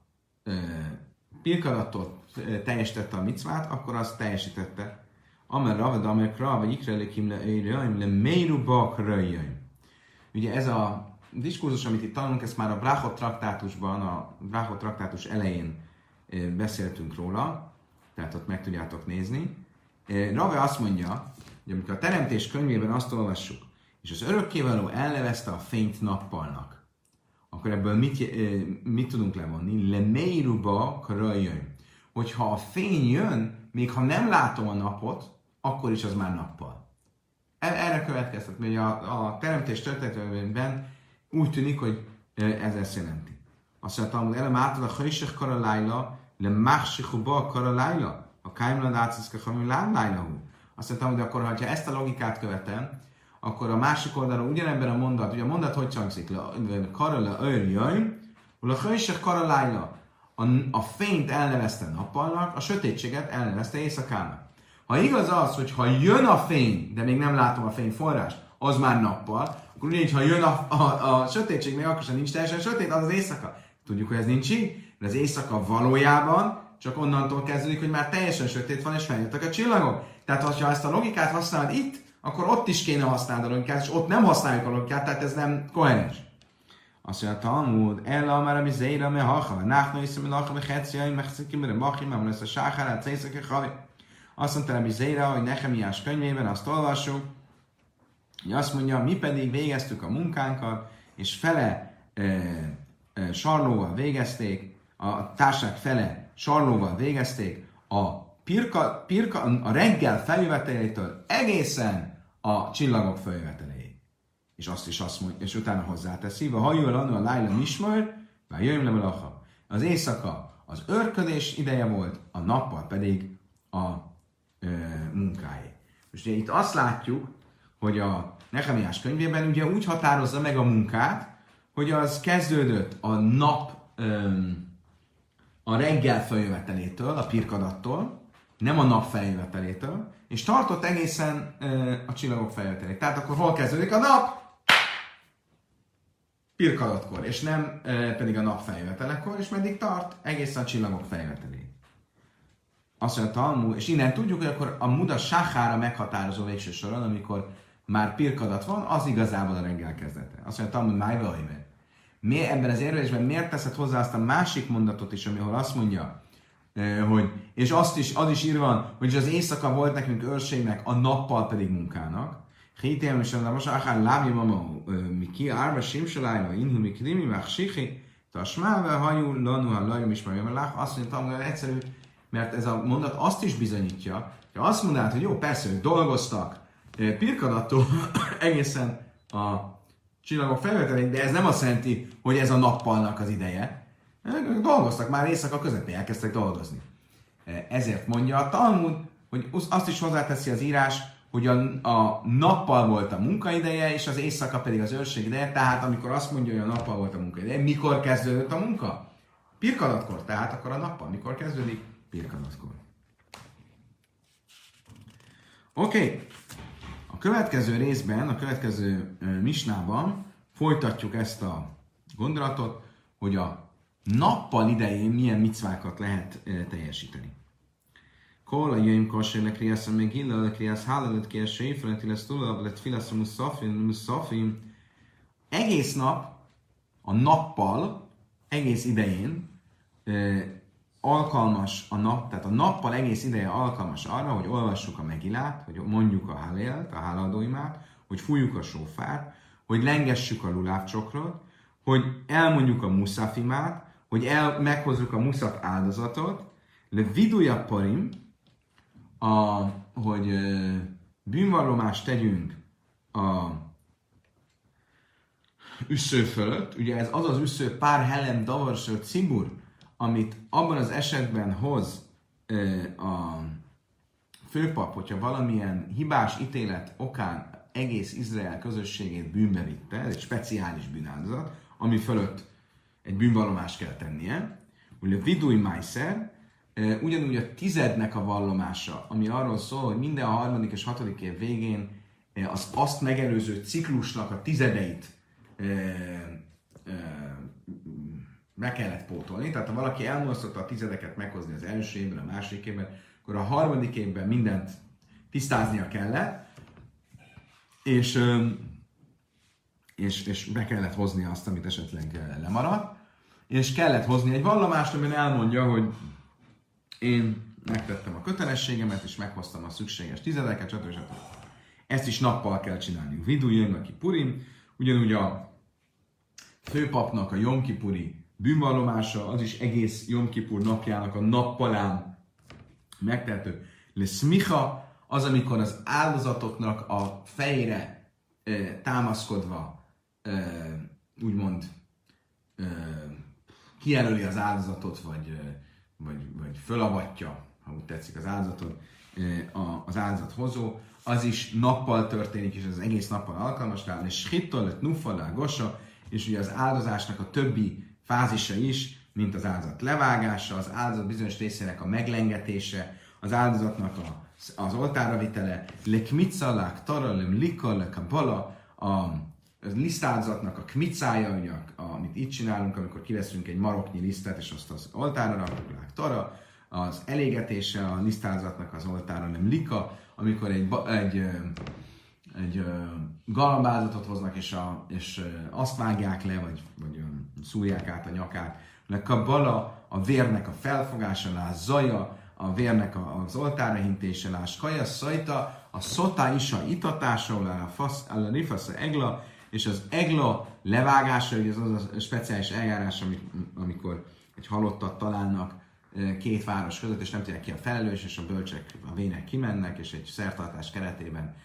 pirkadattól teljesítette a micvát, akkor azt teljesítette. Amer ravad, amer kra, vagy ikrelekim le meiruba kröjjöjj. Ugye ez a diskurzus, amit itt tanulunk, ezt már a Brachot traktátusban, a Brachot traktátus elején beszéltünk róla, tehát ott meg tudjátok nézni. Rave azt mondja, hogy amikor a Teremtés könyvében azt olvassuk, és az örökkévaló elnevezte a fényt nappalnak, akkor ebből mit tudunk levonni? Le meiruba kröjjöjj. Hogyha a fény jön, még ha nem látom a napot, akkor is az már nappal. Erre következtet, hogy a teremtés történetében úgy tűnik, hogy ez ezt jelenti. Azt mondta, hogy elem átad a hajsek karalájla, le másichuba karalájla, a kájmladáciszka hamim lámlájlahu. Azt mondtam, hogy akkor, ha ezt a logikát követem, akkor a másik oldalon ugyanebben a mondat, ugye a mondat hogy hangzik le, karala őrjöjj, a hősek karalájla. A fényt elnevezte nappalnak, a sötétséget elnevezte éjszakának. Ha igaz az, hogy ha jön a fény, de még nem látom a fényforrást, az már nappal, akkor ugyanígy, ha jön a sötétség, még akkor sem nincs teljesen sötét, az az éjszaka. Tudjuk, hogy ez nincs így, de az éjszaka valójában csak onnantól kezdődik, hogy már teljesen sötét van, és feljöttek a csillagok. Tehát, ha ezt a logikát használod itt, akkor ott is kéne használni a logikát, és ott nem használjuk a logikát, tehát ez nem koherens. Azt mondja, Talmud, Ella már a mizéra me hacha, náchna iszem el hacha, me hetszjai, me hetsziki, mire machim, nem lesz a sáhárát, cészeke havi. Azt mondta a mizéra, hogy Nehemiás könyvében azt olvassuk, hogy azt mondja, mi pedig végeztük a munkánkat, és fele sarlóval végezték, a társaság fele sarlóval végezték, a reggel feljövetelétől egészen a csillagok feljöveteléig. És azt mondja, és utána hozzáteszi, ha hajul annu a lájla mismör, vagy jöjjön le valaha. Az éjszaka az őrködés ideje volt, a nappal pedig a munkáé. És ugye itt azt látjuk, hogy a Nehemiás könyvében ugye úgy határozza meg a munkát, hogy az kezdődött a nap a reggel feljövetelétől, a pirkadattól, nem a nap feljövetelétől, és tartott egészen a csillagok feljöveteléig. Tehát akkor hol kezdődik a nap? Pirkadatkor, és nem pedig a nap feljövetelekor, és meddig tart? Egészen a csillagok feljöveteléig. Azt mondja Talmud, és innen tudjuk, hogy akkor a muda sáhára meghatározó végső soron, amikor már pirkadat van, az igazából a reggel kezdete. Azt mondja Talmud, májvajve. Ebben az érvelésben miért teszed hozzá azt a másik mondatot is, ahol azt mondja, hogy, és az is írva van, hogy az éjszaka volt nekünk őrségnek, a nappal pedig munkának. Hittem is, hogy most akár lábja mama, mi ki árva simsalájva, inhu mi krimi, meg sichi, tasmálva, hajú, lanu, ha lajom is már jön, azt mondja, hogy egyszerű, mert ez a mondat azt is bizonyítja, hogy azt mondanád, hogy jó, persze, hogy dolgoztak pirkadattól egészen a csillagok felvételéig, de ez nem azt jelenti, hogy ez a nappalnak az ideje. Dolgoztak már éjszaka közepén, elkezdtek dolgozni. Ezért mondja a Talmud, hogy azt is hozzáteszi az írás, hogy a nappal volt a munkaideje, és az éjszaka pedig az őrség ideje, tehát amikor azt mondja, hogy a nappal volt a munkaideje, mikor kezdődött a munka? Pirkadatkor, tehát akkor a nappal mikor kezdődik? Pirkadatkor. Oké. A következő részben, a következő misnában folytatjuk ezt a gondolatot, hogy a nappal idején milyen micvákat lehet teljesíteni. Kol a jöjjön kosser lekriász, meg illa lekriász, hála lekriász, séfre, tilesz tulav, lett filasz a muszafim. Egész nap, a nappal, egész idején alkalmas a nap, tehát a nappal egész ideje alkalmas arra, hogy olvassuk a Megilát, hogy mondjuk a Halélt, a hálaadóimát, hogy fújjuk a sófárt, hogy lengessük a lulávcsokrot, hogy elmondjuk a muszafimát, hogy meghozzuk a muszaf áldozatot, le viduja parim, hogy bűnvallomást tegyünk a üssző fölött, ugye ez az az üssző pár hellem davarső cibur, amit abban az esetben hoz a főpap, hogyha valamilyen hibás ítélet okán egész Izrael közösségét bűnbe vitte, ez egy speciális bűnáldozat, ami fölött egy bűnvallomást kell tennie. Ugye vidui májszer, ugyanúgy a tizednek a vallomása, ami arról szól, hogy minden a harmadik és hatodik év végén az azt megelőző ciklusnak a tizedeit meg kellett pótolni. Tehát ha valaki elmulasztotta a tizedeket meghozni az első évben, a második évben, akkor a harmadik évben mindent tisztáznia kellett, és be kellett hozni azt, amit esetleg lemaradt, és kellett hozni egy vallomást, amiben elmondja, hogy én megtettem a kötelességemet, és meghoztam a szükséges tizedeket, stb. Ezt is nappal kell csinálni. Vidu jön ki Purim, ugyanúgy a főpapnak a Jom Kipuri bűnvallomása, az is egész Jom Kipur napjának a nappalán megtehető. Le smicha, az, amikor az áldozatoknak a fejére támaszkodva, úgymond kijelöli az áldozatot, vagy fölavatja ha úgy tetszik, az áldozaton, az áldozathozó, az is nappal történik, és az egész nappal alkalmas rá, és hittol, nuffal, gosa, és ugye az áldozásnak a többi fázisa is, mint az áldozat levágása, az áldozat bizonyos részének a meglengetése, az áldozatnak az oltárra vitele, lekmicalák, taralem, likalek, a bala, a lisztáldozatnak a kmicája, ugye, amit itt csinálunk, amikor kiveszünk egy maroknyi lisztet, és azt az oltárra rakjuk, tara, az elégetése a lisztáldozatnak az oltárra, nem lika, amikor egy galambázatot hoznak, és azt vágják le, vagy szúrják át a nyakát. A bala, a vérnek a felfogása, a zaja, a vérnek az oltárra hintése, a skaja szajta, a szotá isa itatása, a rifasza egla, és az egla levágása, ugye az a speciális eljárás, amikor egy halottat találnak két város között, és nem tudják ki a felelős, és a bölcsek, a vének kimennek, és egy szertartás keretében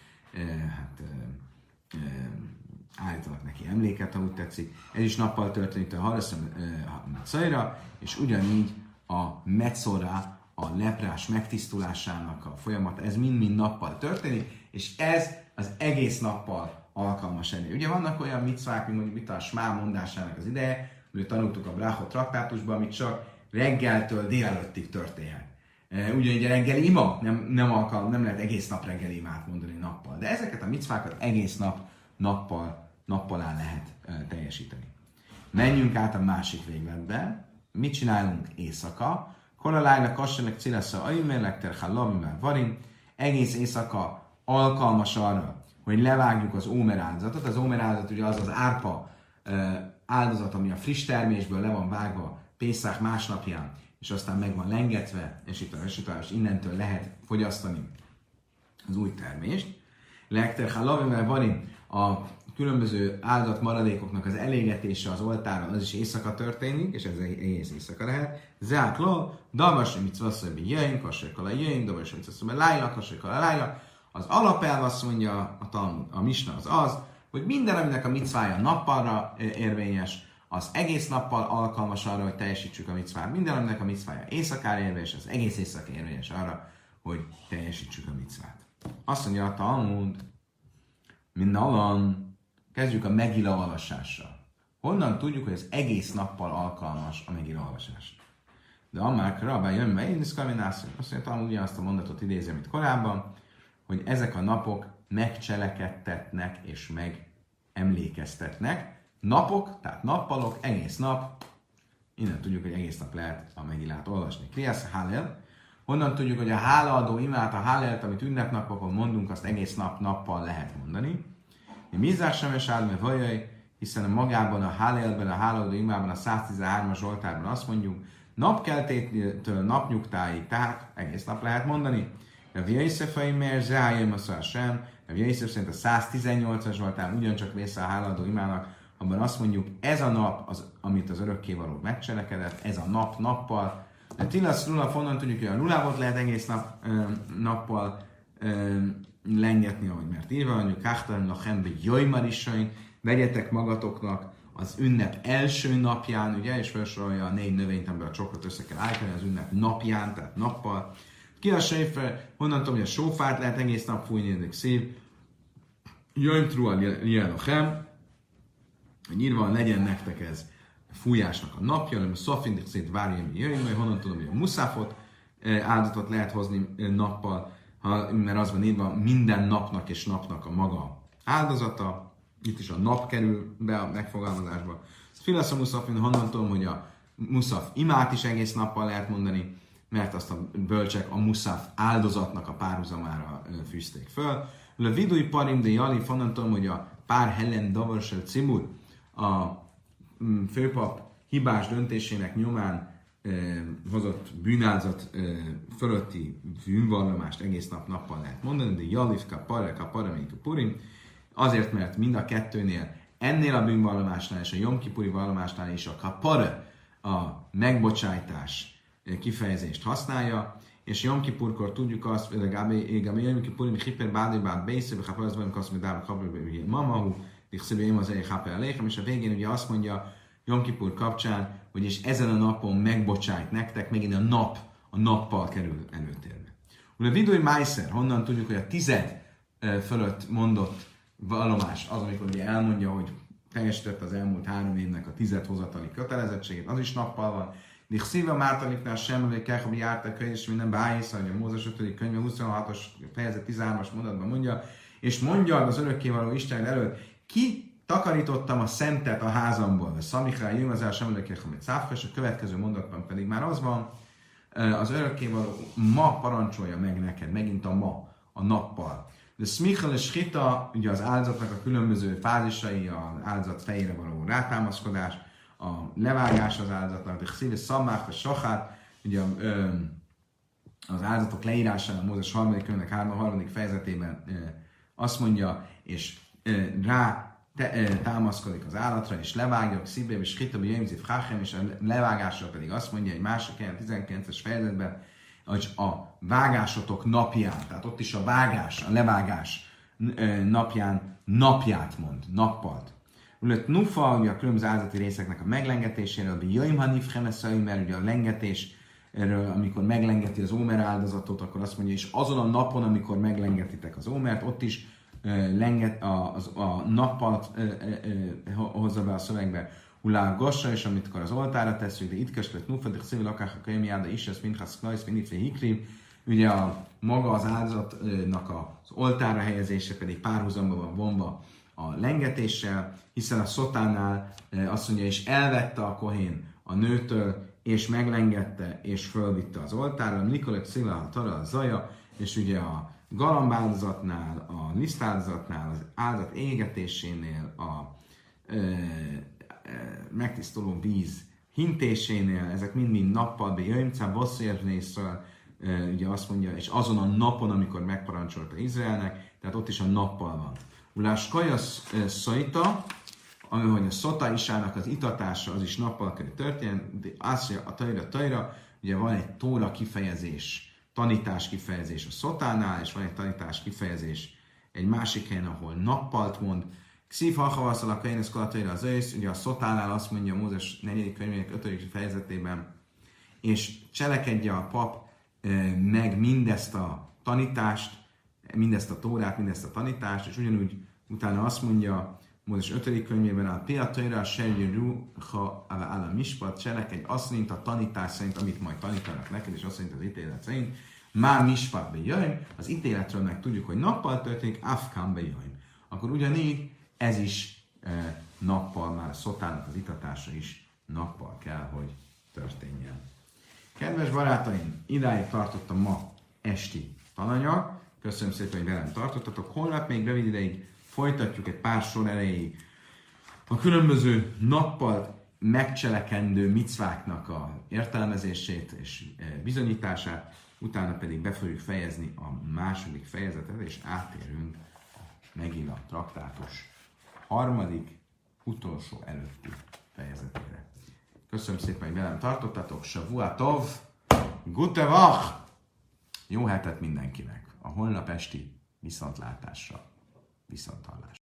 állítanak neki emléket, ha úgy tetszik. Ez is nappal történik a Haraszem Metzaira, és ugyanígy a Metzora, a leprás megtisztulásának a folyamata, ez mind-mind nappal történik, és ez az egész nappal alkalmas ennél. Ugye vannak olyan micvák, mint mondjuk itt a smá mondásának az ideje, amit tanultuk a Brachot traktátusban, amit csak reggeltől délelőttig történhet. Ugyanígy a reggeli ima nem lehet egész nap reggeli imát mondani nappal, de ezeket a micvákat egész nappal áll lehet teljesíteni. Menjünk át a másik végletbe. Mit csinálunk éjszaka? Kolalájla kasselek cilesza ajmélek terhallamimár varim. Egész éjszaka alkalmas arra, hogy levágjuk az ómer áldozatot. Az ómer áldozat ugye az árpa áldozat, ami a friss termésből le van vágva Pészák másnapján, és aztán meg van lengetve, és innentől lehet fogyasztani az új termést. Lekter halavimel varim, a különböző áldozat maradékoknak az elégetése az oltáron, az is éjszaka történik, és ez egész éjszaka lehet. Zákló, davasri mitzvaszai jöjjön, kassékala jöjjön, davasri mitzvaszai lájla, kassékala lájla. Az alapelv azt mondja a Talmud, a Misna az, hogy minden, aminek a micvája nappalra érvényes, az egész nappal alkalmas arra, hogy teljesítsük a micvát. Minden, aminek a micvája éjszakára érvényes, az egész éjszaka érvényes arra, hogy teljesítsük a micvát. Azt mondja a Talmud, mindalan, kezdjük a Megilla olvasással. Honnan tudjuk, hogy az egész nappal alkalmas a Megilla olvasásra? De Amár Rabá jön be, én is kaminászom. Azt mondja, Talmud ugyanazt a mondatot idézi, amit korábban, hogy ezek a napok megcselekedtetnek és megemlékeztetnek. Napok, tehát nappalok, egész nap, innen tudjuk, hogy egész nap lehet a Megillát olvasni. Kriász Hálel, honnan tudjuk, hogy a hálaadó imát, a Hálelt, amit ünnepnapokon mondunk, azt egész nappal lehet mondani. Mizár sem esálme vajaj, hiszen magában a Hálelben, a hálaadó imában, a 113-as Zsoltárban azt mondjuk, napkeltétől napnyugtáig, tehát egész nap lehet mondani. A Vjaiszefai mér, Zsájém a Szásem, a Vjaiszef szerint a 118-as Zsoltár ugyancsak része a hálaadó imának, abban azt mondjuk, ez a nap, amit az örökkévaló megcselekedett, ez a nappal. De Tilasz Lulav, honnan tudjuk, hogy a Lulávot lehet egész nappal lengetni, ahogy mert írva van, hogy Káhtalan Lachem be Jojmarisain, vegyetek magatoknak az ünnep első napján, ugye, és felsorolja a 4 növényt, amiben a csokrot össze kell állítani, az ünnep napján, tehát nappal. Ki a sejfer, honnan tudom, hogy a sófát lehet egész nap fújni, ennek szív. Jöjjön trua Lachem, hogy írva legyen nektek ez fújásnak a napja, hanem a szofindik szét várjön, jöjjön, majd honnan tudom, hogy a muszáfot áldozatot lehet hozni nappal, mert az van írva, minden napnak és napnak a maga áldozata. Itt is a nap kerül be a megfogalmazásba. Filasz a muszafin, honnan tudom, hogy a muszaf imát is egész nappal lehet mondani, mert azt a bölcsek a muszaf áldozatnak a párhuzamára fűzték föl. Le vidui parim de jali, honnan tudom, hogy a pár hellen davarsel cimur, a főpap hibás döntésének nyomán hozott bűnázat fölötti bűnvallomást egész nappal lehet mondani, de Jalivka, Pareka, Paraméka, Purim, azért, mert mind a kettőnél, ennél a bűnvallomásnál és a Jom Kipuri vallomásnál is a kapare, a megbocsájtás kifejezést használja, és Jom Kipurkor tudjuk azt, hogy a Jom Kipurim hiper bádibád bészebe, ha az valamik azt mondja, hogy mamahu, és a végén ugye azt mondja Jom Kipur kapcsán, hogy és ezen a napon megbocsájt nektek, megint a nap a nappal kerül előtérbe. Ugye vidói májszer, honnan tudjuk, hogy a 10 fölött mondott vallomás az, amikor ugye elmondja, hogy teljesített az elmúlt 3 évnek a 10 hozatali kötelezettségét, az is nappal van. De szíve Mártaniknál sem, hogy Kechabi jártak és minden bájsz, hogy a Mózes 5. könyve 26-os fejezet 13-as mondatban mondja, és mondja az örökkévaló Isten előtt, ki takarítottam a szentet a házamból, a Szamichá jön az első emlékekhamet száfka, és a következő mondatban pedig már az van, az örökkévaló ma parancsolja meg neked, megint a ma, a nappal. De Smichel és Hita, ugye az áldozatnak a különböző fázisai, az áldozat fejére való rátámaszkodás, a levágás az áldozatnak, de Szíve Szammák, a Sachát, ugye az áldozatok leírásán a Mózes 3. könyvnek 3. fejezetében azt mondja, és támaszkodik az állatra, és levágja, Szíve és Hita, Jöjmzív Háchem, és a levágásra pedig azt mondja egy másik helyen, 19-es fejezetben, hogy a vágásotok napján, tehát ott is a vágás, a levágás napján napját mond, nappalt. Ugye nufa, ugye a különböző áldozati részeknek a meglengetéséről, de jöjjm hanifhem mert ugye a lengetésről, amikor meglengeti az ómer áldozatot, akkor azt mondja, és azon a napon, amikor meglengetitek az ómert, ott is a nappalt hozza be a szövegbe, Ulá gossa, és amikor az oltára tesszük, de itt köslet nufa, de szívül akár a könyvjáda is, ez mindház knajsz, mindítve hikrim, ugye maga az áldozatnak az oltára helyezése pedig párhuzamba van vonva a lengetéssel, hiszen a szotánál azt mondja, és elvette a kohén a nőtől, és meglengette, és fölvitte az oltára, Nikolek szívül tara a zaja, és ugye a galambáldozatnál, a lisztáldozatnál, az áldozat égetésénél, a megtisztuló víz hintésénél, ezek mind-mind nappal, de jöjjmcá, bosszérnészről, ugye azt mondja, és azon a napon, amikor megparancsolta Izraelnek, tehát ott is a nappal van. Ulás kajasz szaita, ami hogy a szota isának az itatása, az is nappal kell történni, de ászja a tajra, ugye van egy tóra kifejezés, tanítás kifejezés a szotánál, és van egy tanítás kifejezés egy másik helyen, ahol nappalt mond. Kszív hachavasszal a könyvesz kalataira az ősz, ugye a szotánál azt mondja a Mózes 4. könyvének 5. fejezetében, és cselekedje a pap meg mindezt a tanítást, mindezt a tórát, mindezt a tanítást, és ugyanúgy utána azt mondja Mózes 5. könyvében, a piataira a serjű ruha ala mispat, cselekedj azt szerint a tanítás szerint, amit majd tanítanak neked, és azt szerint az ítélet szerint, má mispat bejöjjön, az ítéletről meg tudjuk, hogy nappal történik, afkán bejöjjön. Akkor ugyanígy ez is nappal, már a szotának az itatása is nappal kell, hogy történjen. Kedves barátaim, idáig tartottam ma esti tananyag. Köszönöm szépen, hogy velem tartottatok. Holnap még rövid ideig folytatjuk egy pár sor erejéig a különböző nappal megcselekendő micváknak a értelmezését és bizonyítását, utána pedig be fogjuk fejezni a második fejezetet, és áttérünk megint a traktátus harmadik, utolsó előtti fejezetére. Köszönöm szépen, hogy velem tartottatok. Shavua tov, gute vach! Jó hetet mindenkinek! A holnap esti viszontlátásra, viszonthallásra.